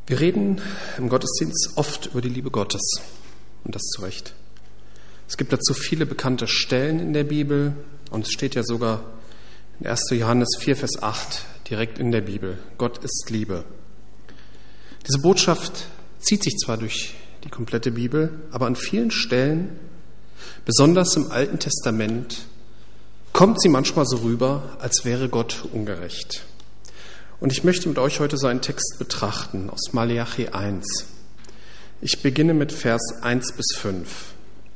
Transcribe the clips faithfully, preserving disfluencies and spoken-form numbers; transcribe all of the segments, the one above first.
Wir reden im Gottesdienst oft über die Liebe Gottes und das zu Recht. Es gibt dazu viele bekannte Stellen in der Bibel und es steht ja sogar in erster Johannes vier, Vers acht direkt in der Bibel. Gott ist Liebe. Diese Botschaft zieht sich zwar durch die komplette Bibel, aber an vielen Stellen, besonders im Alten Testament, kommt sie manchmal so rüber, als wäre Gott ungerecht. Und ich möchte mit euch heute so einen Text betrachten aus Maleachi eins. Ich beginne mit Vers eins bis fünf.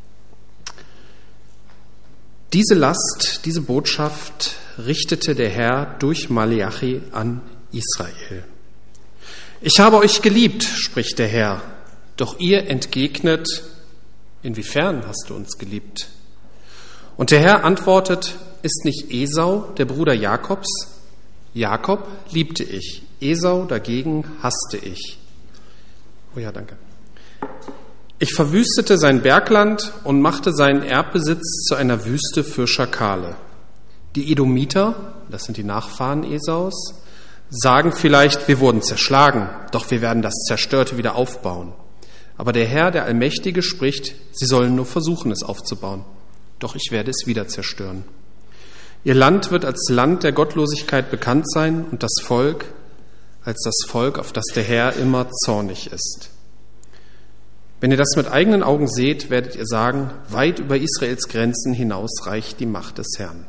Diese Last, diese Botschaft richtete der Herr durch Maleachi an Israel. Ich habe euch geliebt, spricht der Herr, doch ihr entgegnet, inwiefern hast du uns geliebt? Und der Herr antwortet, ist nicht Esau, der Bruder Jakobs? Jakob liebte ich, Esau dagegen hasste ich. Oh ja, danke. Ich verwüstete sein Bergland und machte seinen Erbbesitz zu einer Wüste für Schakale. Die Edomiter, das sind die Nachfahren Esaus, sagen vielleicht, wir wurden zerschlagen, doch wir werden das Zerstörte wieder aufbauen. Aber der Herr, der Allmächtige, spricht, sie sollen nur versuchen, es aufzubauen, doch ich werde es wieder zerstören. Ihr Land wird als Land der Gottlosigkeit bekannt sein und das Volk als das Volk, auf das der Herr immer zornig ist. Wenn ihr das mit eigenen Augen seht, werdet ihr sagen, weit über Israels Grenzen hinaus reicht die Macht des Herrn.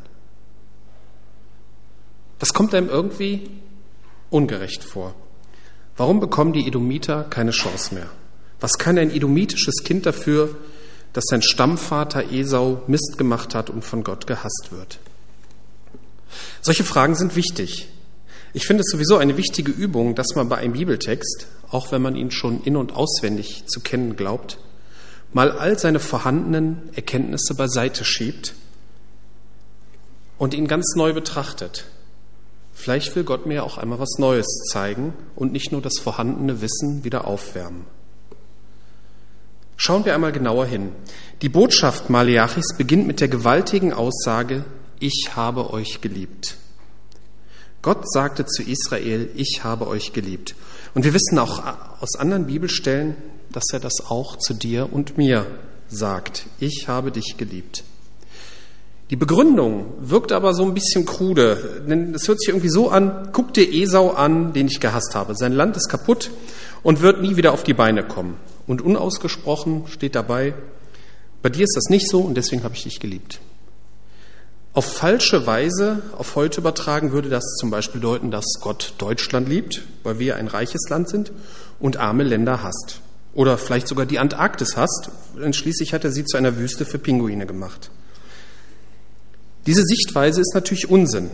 Das kommt einem irgendwie ungerecht vor. Warum bekommen die Edomiter keine Chance mehr? Was kann ein edomitisches Kind dafür, dass sein Stammvater Esau Mist gemacht hat und von Gott gehasst wird? Solche Fragen sind wichtig. Ich finde es sowieso eine wichtige Übung, dass man bei einem Bibeltext, auch wenn man ihn schon in- und auswendig zu kennen glaubt, mal all seine vorhandenen Erkenntnisse beiseite schiebt und ihn ganz neu betrachtet. Vielleicht will Gott mir auch einmal was Neues zeigen und nicht nur das vorhandene Wissen wieder aufwärmen. Schauen wir einmal genauer hin. Die Botschaft Maleachis beginnt mit der gewaltigen Aussage, ich habe euch geliebt. Gott sagte zu Israel, ich habe euch geliebt. Und wir wissen auch aus anderen Bibelstellen, dass er das auch zu dir und mir sagt. Ich habe dich geliebt. Die Begründung wirkt aber so ein bisschen krude, denn es hört sich irgendwie so an, guck dir Esau an, den ich gehasst habe. Sein Land ist kaputt und wird nie wieder auf die Beine kommen. Und unausgesprochen steht dabei, bei dir ist das nicht so und deswegen habe ich dich geliebt. Auf falsche Weise, auf heute übertragen, würde das zum Beispiel bedeuten, dass Gott Deutschland liebt, weil wir ein reiches Land sind, und arme Länder hasst. Oder vielleicht sogar die Antarktis hasst, denn schließlich hat er sie zu einer Wüste für Pinguine gemacht. Diese Sichtweise ist natürlich Unsinn.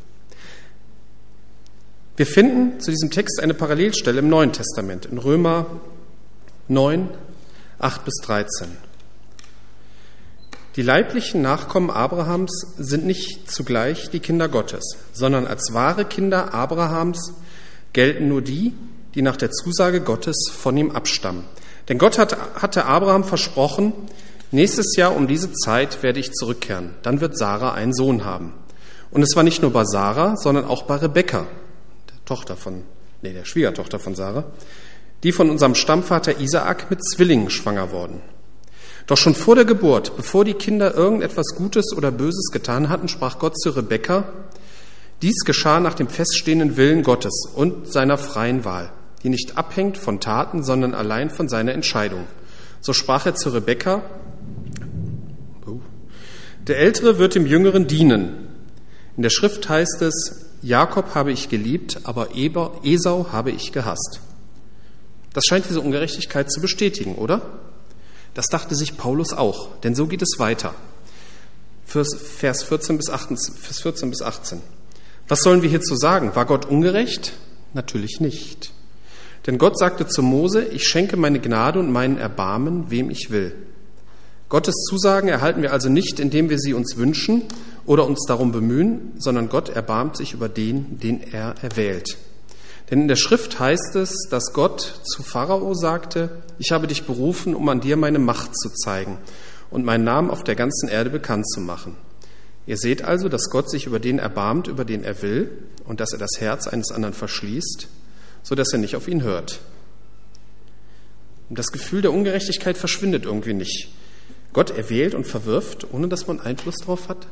Wir finden zu diesem Text eine Parallelstelle im Neuen Testament, in Römer neun, acht bis dreizehn. Die leiblichen Nachkommen Abrahams sind nicht zugleich die Kinder Gottes, sondern als wahre Kinder Abrahams gelten nur die, die nach der Zusage Gottes von ihm abstammen. Denn Gott hat, hatte Abraham versprochen, nächstes Jahr um diese Zeit werde ich zurückkehren. Dann wird Sarah einen Sohn haben. Und es war nicht nur bei Sarah, sondern auch bei Rebekka, der Tochter von, nee, der Schwiegertochter von Sarah, die von unserem Stammvater Isaak mit Zwillingen schwanger worden. Doch schon vor der Geburt, bevor die Kinder irgendetwas Gutes oder Böses getan hatten, sprach Gott zu Rebekka, dies geschah nach dem feststehenden Willen Gottes und seiner freien Wahl, die nicht abhängt von Taten, sondern allein von seiner Entscheidung. So sprach er zu Rebekka, der Ältere wird dem Jüngeren dienen. In der Schrift heißt es, Jakob habe ich geliebt, aber Esau habe ich gehasst. Das scheint diese Ungerechtigkeit zu bestätigen, oder? Das dachte sich Paulus auch, denn so geht es weiter. Vers vierzehn bis achtzehn. Was sollen wir hierzu sagen? War Gott ungerecht? Natürlich nicht. Denn Gott sagte zu Mose, ich schenke meine Gnade und meinen Erbarmen, wem ich will. Gottes Zusagen erhalten wir also nicht, indem wir sie uns wünschen oder uns darum bemühen, sondern Gott erbarmt sich über den, den er erwählt. Denn in der Schrift heißt es, dass Gott zu Pharao sagte, ich habe dich berufen, um an dir meine Macht zu zeigen und meinen Namen auf der ganzen Erde bekannt zu machen. Ihr seht also, dass Gott sich über den erbarmt, über den er will, und dass er das Herz eines anderen verschließt, so dass er nicht auf ihn hört. Und das Gefühl der Ungerechtigkeit verschwindet irgendwie nicht. Gott erwählt und verwirft, ohne dass man Einfluss darauf hat.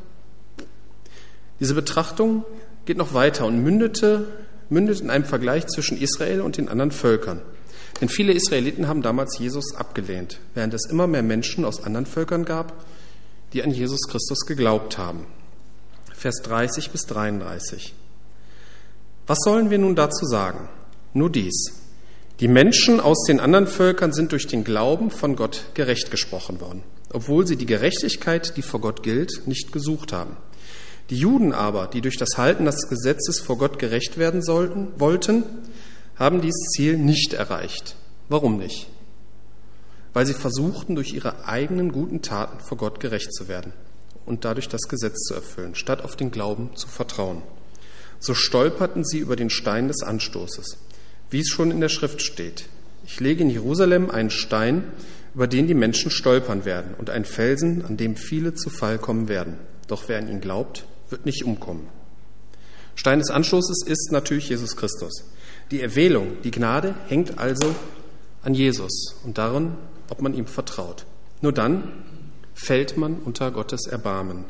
Diese Betrachtung geht noch weiter und mündete, mündet in einem Vergleich zwischen Israel und den anderen Völkern. Denn viele Israeliten haben damals Jesus abgelehnt, während es immer mehr Menschen aus anderen Völkern gab, die an Jesus Christus geglaubt haben. Vers dreißig bis dreiunddreißig. Was sollen wir nun dazu sagen? Nur dies. Die Menschen aus den anderen Völkern sind durch den Glauben von Gott gerecht gesprochen worden, obwohl sie die Gerechtigkeit, die vor Gott gilt, nicht gesucht haben. Die Juden aber, die durch das Halten des Gesetzes vor Gott gerecht werden sollten, wollten, haben dieses Ziel nicht erreicht. Warum nicht? Weil sie versuchten, durch ihre eigenen guten Taten vor Gott gerecht zu werden und dadurch das Gesetz zu erfüllen, statt auf den Glauben zu vertrauen. So stolperten sie über den Stein des Anstoßes, wie es schon in der Schrift steht. Ich lege in Jerusalem einen Stein, über den die Menschen stolpern werden, und einen Felsen, an dem viele zu Fall kommen werden. Doch wer an ihn glaubt, wird nicht umkommen. Stein des Anstoßes ist natürlich Jesus Christus. Die Erwählung, die Gnade hängt also an Jesus und daran, ob man ihm vertraut. Nur dann fällt man unter Gottes Erbarmen.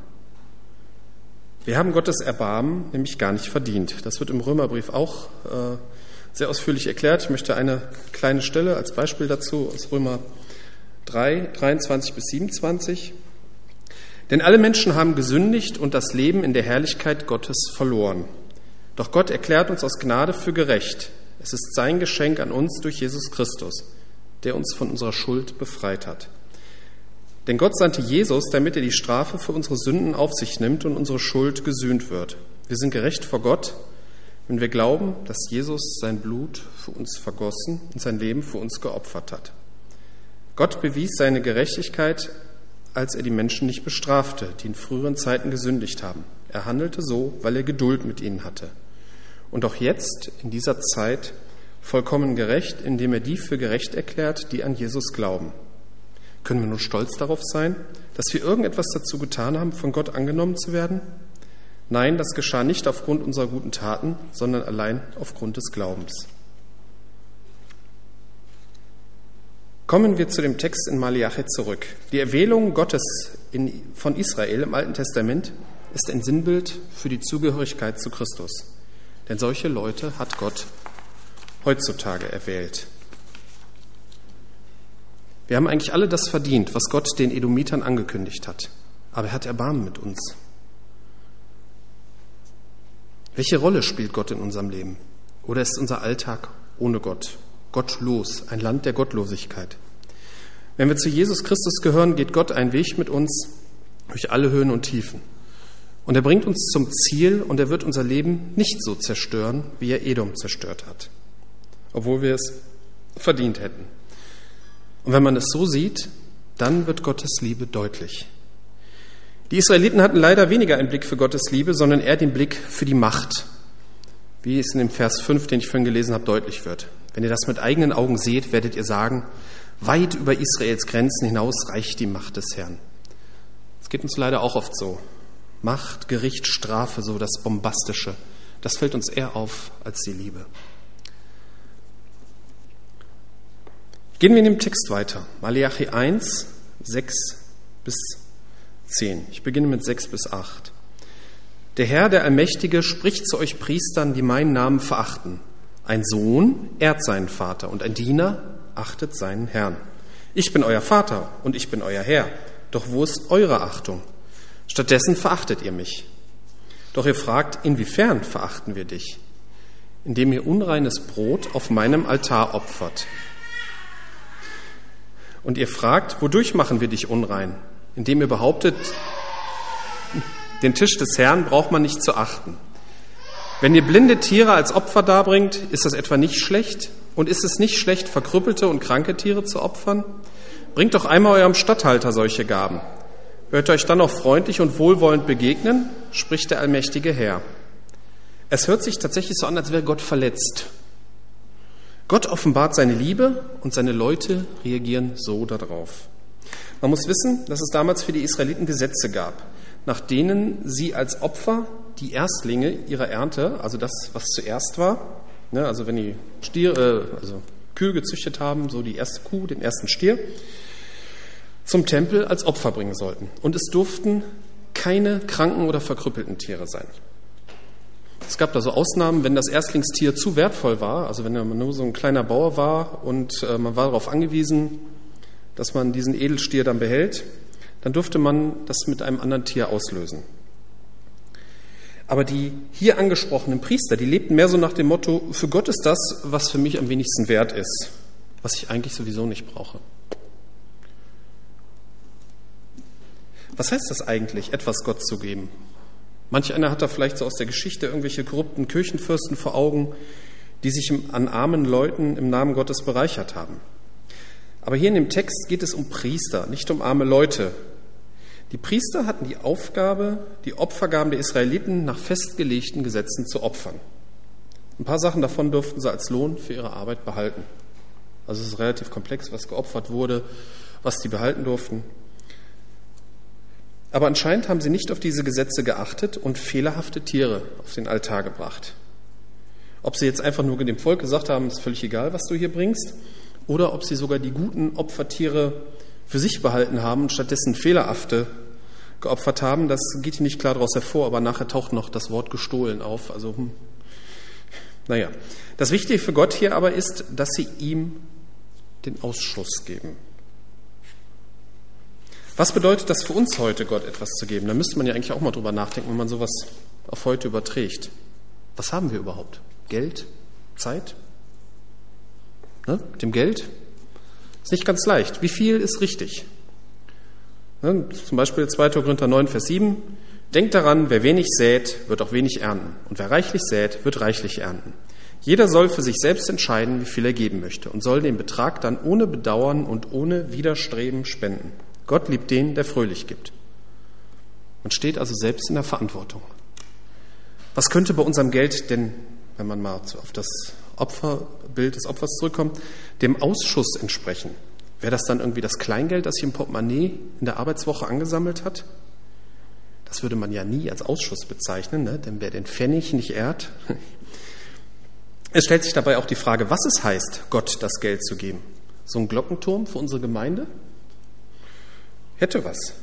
Wir haben Gottes Erbarmen nämlich gar nicht verdient. Das wird im Römerbrief auch äh, sehr ausführlich erklärt. Ich möchte eine kleine Stelle als Beispiel dazu aus Römer drei, dreiundzwanzig bis siebenundzwanzig. Denn alle Menschen haben gesündigt und das Leben in der Herrlichkeit Gottes verloren. Doch Gott erklärt uns aus Gnade für gerecht. Es ist sein Geschenk an uns durch Jesus Christus, der uns von unserer Schuld befreit hat. Denn Gott sandte Jesus, damit er die Strafe für unsere Sünden auf sich nimmt und unsere Schuld gesühnt wird. Wir sind gerecht vor Gott, wenn wir glauben, dass Jesus sein Blut für uns vergossen und sein Leben für uns geopfert hat. Gott bewies seine Gerechtigkeit, als er die Menschen nicht bestrafte, die in früheren Zeiten gesündigt haben. Er handelte so, weil er Geduld mit ihnen hatte. Und auch jetzt, in dieser Zeit, vollkommen gerecht, indem er die für gerecht erklärt, die an Jesus glauben. Können wir nur stolz darauf sein, dass wir irgendetwas dazu getan haben, von Gott angenommen zu werden? Nein, das geschah nicht aufgrund unserer guten Taten, sondern allein aufgrund des Glaubens. Kommen wir zu dem Text in Maleachi zurück. Die Erwählung Gottes in, von Israel im Alten Testament ist ein Sinnbild für die Zugehörigkeit zu Christus. Denn solche Leute hat Gott heutzutage erwählt. Wir haben eigentlich alle das verdient, was Gott den Edomitern angekündigt hat. Aber er hat Erbarmen mit uns. Welche Rolle spielt Gott in unserem Leben? Oder ist unser Alltag ohne Gott, gottlos, ein Land der Gottlosigkeit? Wenn wir zu Jesus Christus gehören, geht Gott einen Weg mit uns durch alle Höhen und Tiefen. Und er bringt uns zum Ziel und er wird unser Leben nicht so zerstören, wie er Edom zerstört hat, obwohl wir es verdient hätten. Und wenn man es so sieht, dann wird Gottes Liebe deutlich. Die Israeliten hatten leider weniger einen Blick für Gottes Liebe, sondern eher den Blick für die Macht, wie es in dem Vers fünf, den ich vorhin gelesen habe, deutlich wird. Wenn ihr das mit eigenen Augen seht, werdet ihr sagen, weit über Israels Grenzen hinaus reicht die Macht des Herrn. Es geht uns leider auch oft so. Macht, Gericht, Strafe, so das Bombastische, das fällt uns eher auf als die Liebe. Gehen wir in dem Text weiter. Maleachi eins, sechs bis zehn. Ich beginne mit sechs bis acht. Der Herr, der Allmächtige, spricht zu euch Priestern, die meinen Namen verachten. Ein Sohn ehrt seinen Vater und ein Diener achtet seinen Herrn. Ich bin euer Vater und ich bin euer Herr. Doch wo ist eure Achtung? Stattdessen verachtet ihr mich. Doch ihr fragt, inwiefern verachten wir dich? Indem ihr unreines Brot auf meinem Altar opfert. Und ihr fragt, wodurch machen wir dich unrein? Indem ihr behauptet, den Tisch des Herrn braucht man nicht zu achten. Wenn ihr blinde Tiere als Opfer darbringt, ist das etwa nicht schlecht? Und ist es nicht schlecht, verkrüppelte und kranke Tiere zu opfern? Bringt doch einmal eurem Statthalter solche Gaben. Hört euch dann auch freundlich und wohlwollend begegnen, spricht der allmächtige Herr. Es hört sich tatsächlich so an, als wäre Gott verletzt. Gott offenbart seine Liebe und seine Leute reagieren so darauf. Man muss wissen, dass es damals für die Israeliten Gesetze gab, nach denen sie als Opfer die Erstlinge ihrer Ernte, also das, was zuerst war, ne, also wenn die Stiere, also Kühe gezüchtet haben, so die erste Kuh, den ersten Stier, zum Tempel als Opfer bringen sollten. Und es durften keine kranken oder verkrüppelten Tiere sein. Es gab da so Ausnahmen, wenn das Erstlingstier zu wertvoll war, also wenn man nur so ein kleiner Bauer war und äh, man war darauf angewiesen, dass man diesen Edelstier dann behält, dann durfte man das mit einem anderen Tier auslösen. Aber die hier angesprochenen Priester, die lebten mehr so nach dem Motto, für Gott ist das, was für mich am wenigsten wert ist, was ich eigentlich sowieso nicht brauche. Was heißt das eigentlich, etwas Gott zu geben? Manch einer hat da vielleicht so aus der Geschichte irgendwelche korrupten Kirchenfürsten vor Augen, die sich an armen Leuten im Namen Gottes bereichert haben. Aber hier in dem Text geht es um Priester, nicht um arme Leute. Die Priester hatten die Aufgabe, die Opfergaben der Israeliten nach festgelegten Gesetzen zu opfern. Ein paar Sachen davon durften sie als Lohn für ihre Arbeit behalten. Also es ist relativ komplex, was geopfert wurde, was die behalten durften. Aber anscheinend haben sie nicht auf diese Gesetze geachtet und fehlerhafte Tiere auf den Altar gebracht. Ob sie jetzt einfach nur dem Volk gesagt haben, ist völlig egal, was du hier bringst, oder ob sie sogar die guten Opfertiere für sich behalten haben und stattdessen fehlerhafte geopfert haben, das geht hier nicht klar daraus hervor, aber nachher taucht noch das Wort gestohlen auf. Also, hm. naja. Das Wichtige für Gott hier aber ist, dass sie ihm den Ausschuss geben. Was bedeutet das für uns heute, Gott etwas zu geben? Da müsste man ja eigentlich auch mal drüber nachdenken, wenn man sowas auf heute überträgt. Was haben wir überhaupt? Geld? Zeit? Ne? Mit dem Geld? Ist nicht ganz leicht. Wie viel ist richtig? Ne? Zum Beispiel zweiter Korinther neun, Vers sieben. Denkt daran, wer wenig sät, wird auch wenig ernten. Und wer reichlich sät, wird reichlich ernten. Jeder soll für sich selbst entscheiden, wie viel er geben möchte und soll den Betrag dann ohne Bedauern und ohne Widerstreben spenden. Gott liebt den, der fröhlich gibt. Man steht also selbst in der Verantwortung. Was könnte bei unserem Geld denn, wenn man mal auf das Opferbild des Opfers zurückkommt, dem Ausschuss entsprechen? Wäre das dann irgendwie das Kleingeld, das sich im Portemonnaie in der Arbeitswoche angesammelt hat? Das würde man ja nie als Ausschuss bezeichnen, ne? Denn wer den Pfennig nicht ehrt. Es stellt sich dabei auch die Frage, was es heißt, Gott das Geld zu geben. So ein Glockenturm für unsere Gemeinde? Hätte was.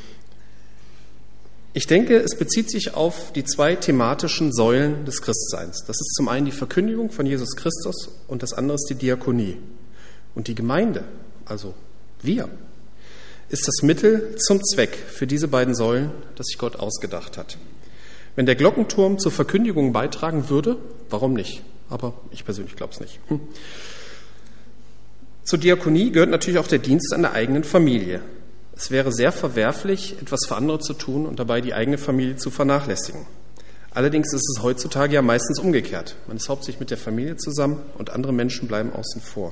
Ich denke, es bezieht sich auf die zwei thematischen Säulen des Christseins. Das ist zum einen die Verkündigung von Jesus Christus und das andere ist die Diakonie. Und die Gemeinde, also wir, ist das Mittel zum Zweck für diese beiden Säulen, das sich Gott ausgedacht hat. Wenn der Glockenturm zur Verkündigung beitragen würde, warum nicht? Aber ich persönlich glaube es nicht. Hm. Zur Diakonie gehört natürlich auch der Dienst an der eigenen Familie. Es wäre sehr verwerflich, etwas für andere zu tun und dabei die eigene Familie zu vernachlässigen. Allerdings ist es heutzutage ja meistens umgekehrt. Man ist hauptsächlich mit der Familie zusammen und andere Menschen bleiben außen vor.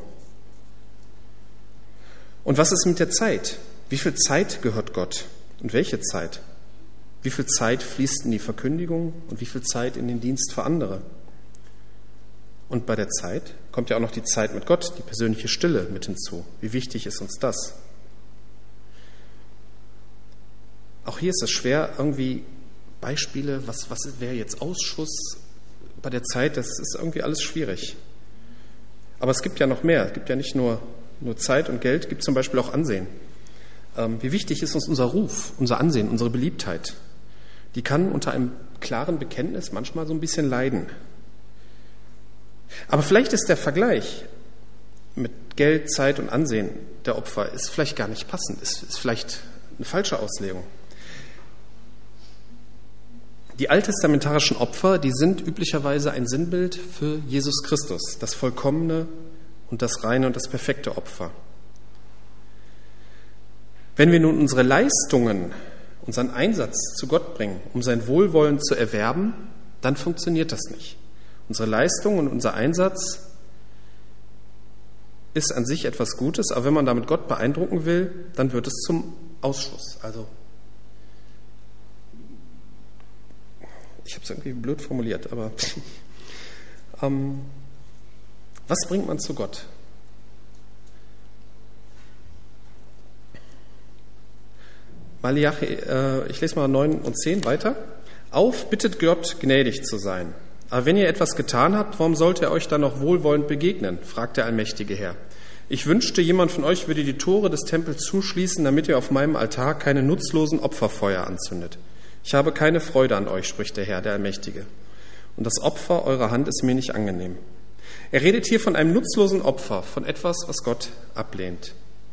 Und was ist mit der Zeit? Wie viel Zeit gehört Gott? Und welche Zeit? Wie viel Zeit fließt in die Verkündigung und wie viel Zeit in den Dienst für andere? Und bei der Zeit kommt ja auch noch die Zeit mit Gott, die persönliche Stille mit hinzu. Wie wichtig ist uns das? Auch hier ist es schwer, irgendwie Beispiele, was, was wäre jetzt Ausschuss bei der Zeit, das ist irgendwie alles schwierig. Aber es gibt ja noch mehr. Es gibt ja nicht nur, nur Zeit und Geld, es gibt zum Beispiel auch Ansehen. Ähm, wie wichtig ist uns unser Ruf, unser Ansehen, unsere Beliebtheit? Die kann unter einem klaren Bekenntnis manchmal so ein bisschen leiden. Aber vielleicht ist der Vergleich mit Geld, Zeit und Ansehen der Opfer ist vielleicht gar nicht passend, ist, ist vielleicht eine falsche Auslegung. Die alttestamentarischen Opfer, die sind üblicherweise ein Sinnbild für Jesus Christus, das vollkommene und das reine und das perfekte Opfer. Wenn wir nun unsere Leistungen, unseren Einsatz zu Gott bringen, um sein Wohlwollen zu erwerben, dann funktioniert das nicht. Unsere Leistung und unser Einsatz ist an sich etwas Gutes, aber wenn man damit Gott beeindrucken will, dann wird es zum Ausschuss. Also ich habe es irgendwie blöd formuliert, aber ähm, was bringt man zu Gott? Malachi, äh, ich lese mal neun und zehn weiter. Auf, bittet Gott, gnädig zu sein. Aber wenn ihr etwas getan habt, warum sollte er euch dann noch wohlwollend begegnen? Fragt der allmächtige Herr. Ich wünschte, jemand von euch würde die Tore des Tempels zuschließen, damit ihr auf meinem Altar keine nutzlosen Opferfeuer anzündet. Ich habe keine Freude an euch, spricht der Herr, der Allmächtige. Und das Opfer eurer Hand ist mir nicht angenehm. Er redet hier von einem nutzlosen Opfer, von etwas, was Gott ablehnt.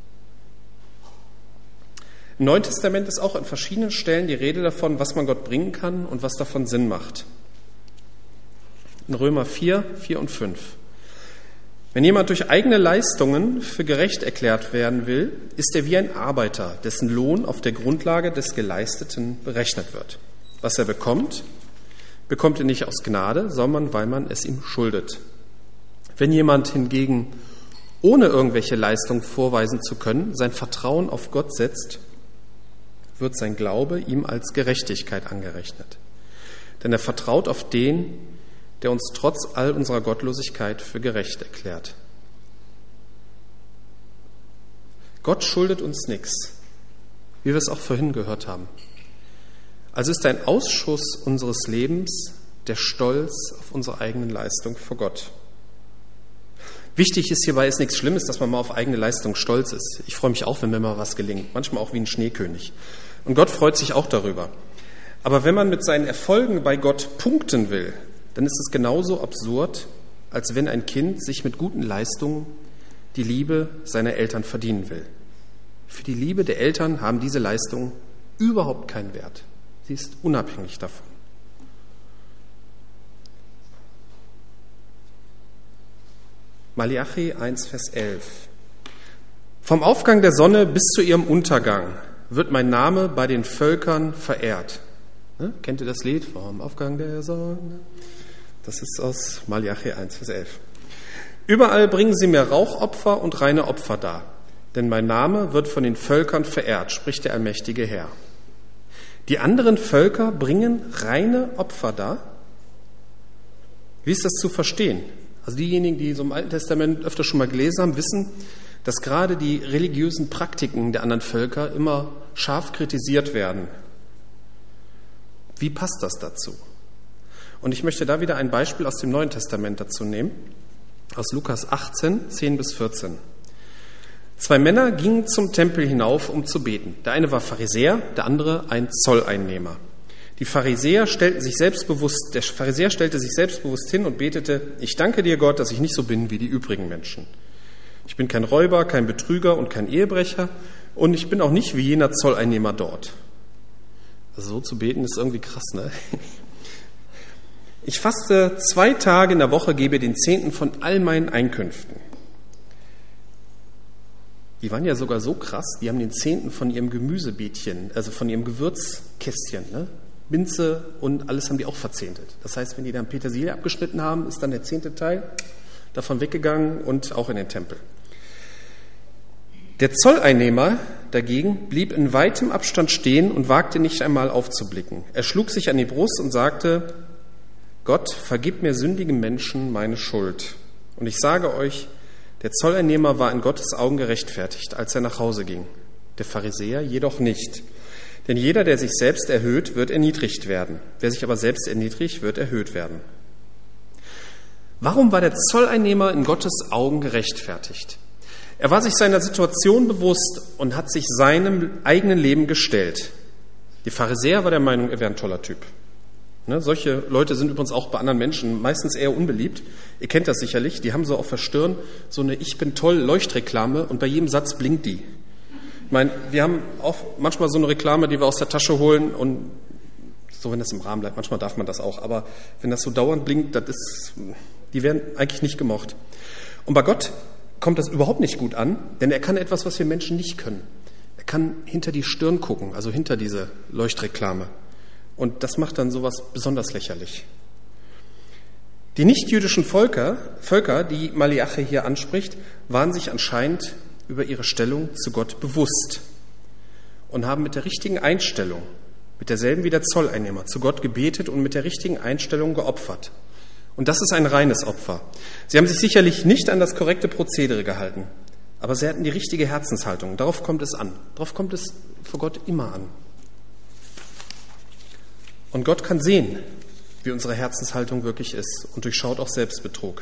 Im Neuen Testament ist auch an verschiedenen Stellen die Rede davon, was man Gott bringen kann und was davon Sinn macht. In Römer vier, vier und fünf. Wenn jemand durch eigene Leistungen für gerecht erklärt werden will, ist er wie ein Arbeiter, dessen Lohn auf der Grundlage des Geleisteten berechnet wird. Was er bekommt, bekommt er nicht aus Gnade, sondern weil man es ihm schuldet. Wenn jemand hingegen, ohne irgendwelche Leistung vorweisen zu können, sein Vertrauen auf Gott setzt, wird sein Glaube ihm als Gerechtigkeit angerechnet. Denn er vertraut auf den, der uns trotz all unserer Gottlosigkeit für gerecht erklärt. Gott schuldet uns nichts, wie wir es auch vorhin gehört haben. Also ist ein Ausschuss unseres Lebens der Stolz auf unsere eigenen Leistung vor Gott. Wichtig ist hierbei ist nichts Schlimmes, dass man mal auf eigene Leistung stolz ist. Ich freue mich auch, wenn mir mal was gelingt, manchmal auch wie ein Schneekönig. Und Gott freut sich auch darüber. Aber wenn man mit seinen Erfolgen bei Gott punkten will, dann ist es genauso absurd, als wenn ein Kind sich mit guten Leistungen die Liebe seiner Eltern verdienen will. Für die Liebe der Eltern haben diese Leistungen überhaupt keinen Wert. Sie ist unabhängig davon. Malachi eins, Vers elf. Vom Aufgang der Sonne bis zu ihrem Untergang wird mein Name bei den Völkern verehrt. Ne? Kennt ihr das Lied? Vom Aufgang der Sonne? Das ist aus Malachi eins, Vers elf. Überall bringen sie mir Rauchopfer und reine Opfer dar, denn mein Name wird von den Völkern verehrt, spricht der allmächtige Herr. Die anderen Völker bringen reine Opfer dar? Wie ist das zu verstehen? Also diejenigen, die so im Alten Testament öfter schon mal gelesen haben, wissen, dass gerade die religiösen Praktiken der anderen Völker immer scharf kritisiert werden. Wie passt das dazu? Und ich möchte da wieder ein Beispiel aus dem Neuen Testament dazu nehmen, aus Lukas achtzehn, zehn bis vierzehn. Zwei Männer gingen zum Tempel hinauf, um zu beten. Der eine war Pharisäer, der andere ein Zolleinnehmer. Die Pharisäer stellten sich selbstbewusst, der Pharisäer stellte sich selbstbewusst hin und betete: Ich danke dir, Gott, dass ich nicht so bin wie die übrigen Menschen. Ich bin kein Räuber, kein Betrüger und kein Ehebrecher und ich bin auch nicht wie jener Zolleinnehmer dort. Also so zu beten ist irgendwie krass, ne? Ich faste zwei Tage in der Woche, gebe den Zehnten von all meinen Einkünften. Die waren ja sogar so krass, die haben den Zehnten von ihrem Gemüsebeetchen, also von ihrem Gewürzkästchen, ne? Minze und alles haben die auch verzehntet. Das heißt, wenn die dann Petersilie abgeschnitten haben, ist dann der zehnte Teil davon weggegangen und auch in den Tempel. Der Zolleinnehmer dagegen blieb in weitem Abstand stehen und wagte nicht einmal aufzublicken. Er schlug sich an die Brust und sagte: Gott, vergib mir sündigen Menschen meine Schuld. Und ich sage euch, der Zolleinnehmer war in Gottes Augen gerechtfertigt, als er nach Hause ging. Der Pharisäer jedoch nicht. Denn jeder, der sich selbst erhöht, wird erniedrigt werden. Wer sich aber selbst erniedrigt, wird erhöht werden. Warum war der Zolleinnehmer in Gottes Augen gerechtfertigt? Er war sich seiner Situation bewusst und hat sich seinem eigenen Leben gestellt. Die Pharisäer war der Meinung, er wäre ein toller Typ. Ne, solche Leute sind übrigens auch bei anderen Menschen meistens eher unbeliebt. Ihr kennt das sicherlich. Die haben so auf der Stirn so eine Ich bin toll Leuchtreklame und bei jedem Satz blinkt die. Ich meine, wir haben auch manchmal so eine Reklame, die wir aus der Tasche holen und so, wenn das im Rahmen bleibt, manchmal darf man das auch, aber wenn das so dauernd blinkt, das ist, die werden eigentlich nicht gemocht. Und bei Gott kommt das überhaupt nicht gut an, denn er kann etwas, was wir Menschen nicht können. Er kann hinter die Stirn gucken, also hinter diese Leuchtreklame. Und das macht dann sowas besonders lächerlich. Die nichtjüdischen Völker, Völker, die Malachi hier anspricht, waren sich anscheinend über ihre Stellung zu Gott bewusst und haben mit der richtigen Einstellung, mit derselben wie der Zolleinnehmer, zu Gott gebetet und mit der richtigen Einstellung geopfert. Und das ist ein reines Opfer. Sie haben sich sicherlich nicht an das korrekte Prozedere gehalten, aber sie hatten die richtige Herzenshaltung. Darauf kommt es an. Darauf kommt es vor Gott immer an. Und Gott kann sehen, wie unsere Herzenshaltung wirklich ist und durchschaut auch Selbstbetrug.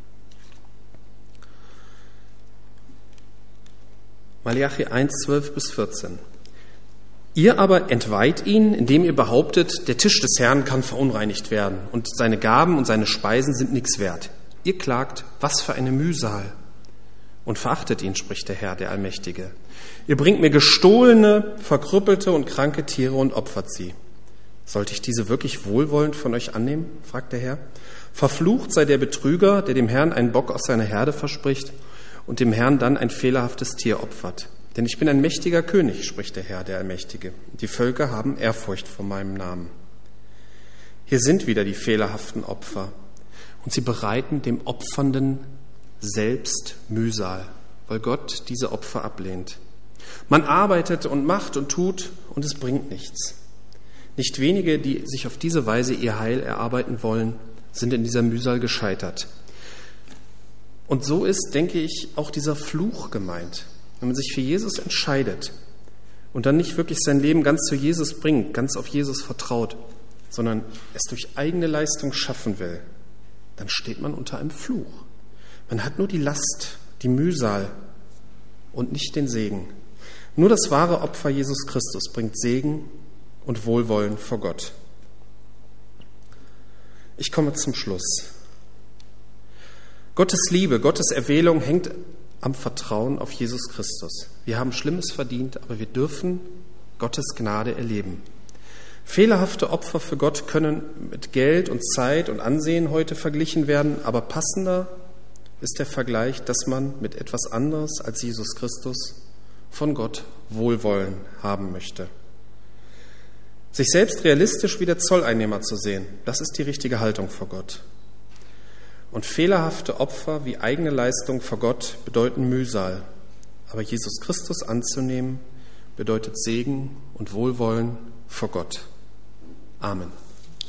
Malachi eins, zwölf bis vierzehn. Ihr aber entweiht ihn, indem ihr behauptet, der Tisch des Herrn kann verunreinigt werden und seine Gaben und seine Speisen sind nichts wert. Ihr klagt, was für eine Mühsal. Und verachtet ihn, spricht der Herr, der Allmächtige. Ihr bringt mir gestohlene, verkrüppelte und kranke Tiere und opfert sie. Sollte ich diese wirklich wohlwollend von euch annehmen? Fragt der Herr. Verflucht sei der Betrüger, der dem Herrn einen Bock aus seiner Herde verspricht und dem Herrn dann ein fehlerhaftes Tier opfert. Denn ich bin ein mächtiger König, spricht der Herr, der Allmächtige. Die Völker haben Ehrfurcht vor meinem Namen. Hier sind wieder die fehlerhaften Opfer. Und sie bereiten dem Opfernden selbst Mühsal, weil Gott diese Opfer ablehnt. Man arbeitet und macht und tut und es bringt nichts. Nicht wenige, die sich auf diese Weise ihr Heil erarbeiten wollen, sind in dieser Mühsal gescheitert. Und so ist, denke ich, auch dieser Fluch gemeint. Wenn man sich für Jesus entscheidet und dann nicht wirklich sein Leben ganz zu Jesus bringt, ganz auf Jesus vertraut, sondern es durch eigene Leistung schaffen will, dann steht man unter einem Fluch. Man hat nur die Last, die Mühsal und nicht den Segen. Nur das wahre Opfer Jesus Christus bringt Segen und Wohlwollen vor Gott. Ich komme zum Schluss. Gottes Liebe, Gottes Erwählung hängt am Vertrauen auf Jesus Christus. Wir haben Schlimmes verdient, aber wir dürfen Gottes Gnade erleben. Fehlerhafte Opfer für Gott können mit Geld und Zeit und Ansehen heute verglichen werden, aber passender ist der Vergleich, dass man mit etwas anderes als Jesus Christus von Gott Wohlwollen haben möchte. Sich selbst realistisch wie der Zolleinnehmer zu sehen, das ist die richtige Haltung vor Gott. Und fehlerhafte Opfer wie eigene Leistung vor Gott bedeuten Mühsal. Aber Jesus Christus anzunehmen, bedeutet Segen und Wohlwollen vor Gott. Amen.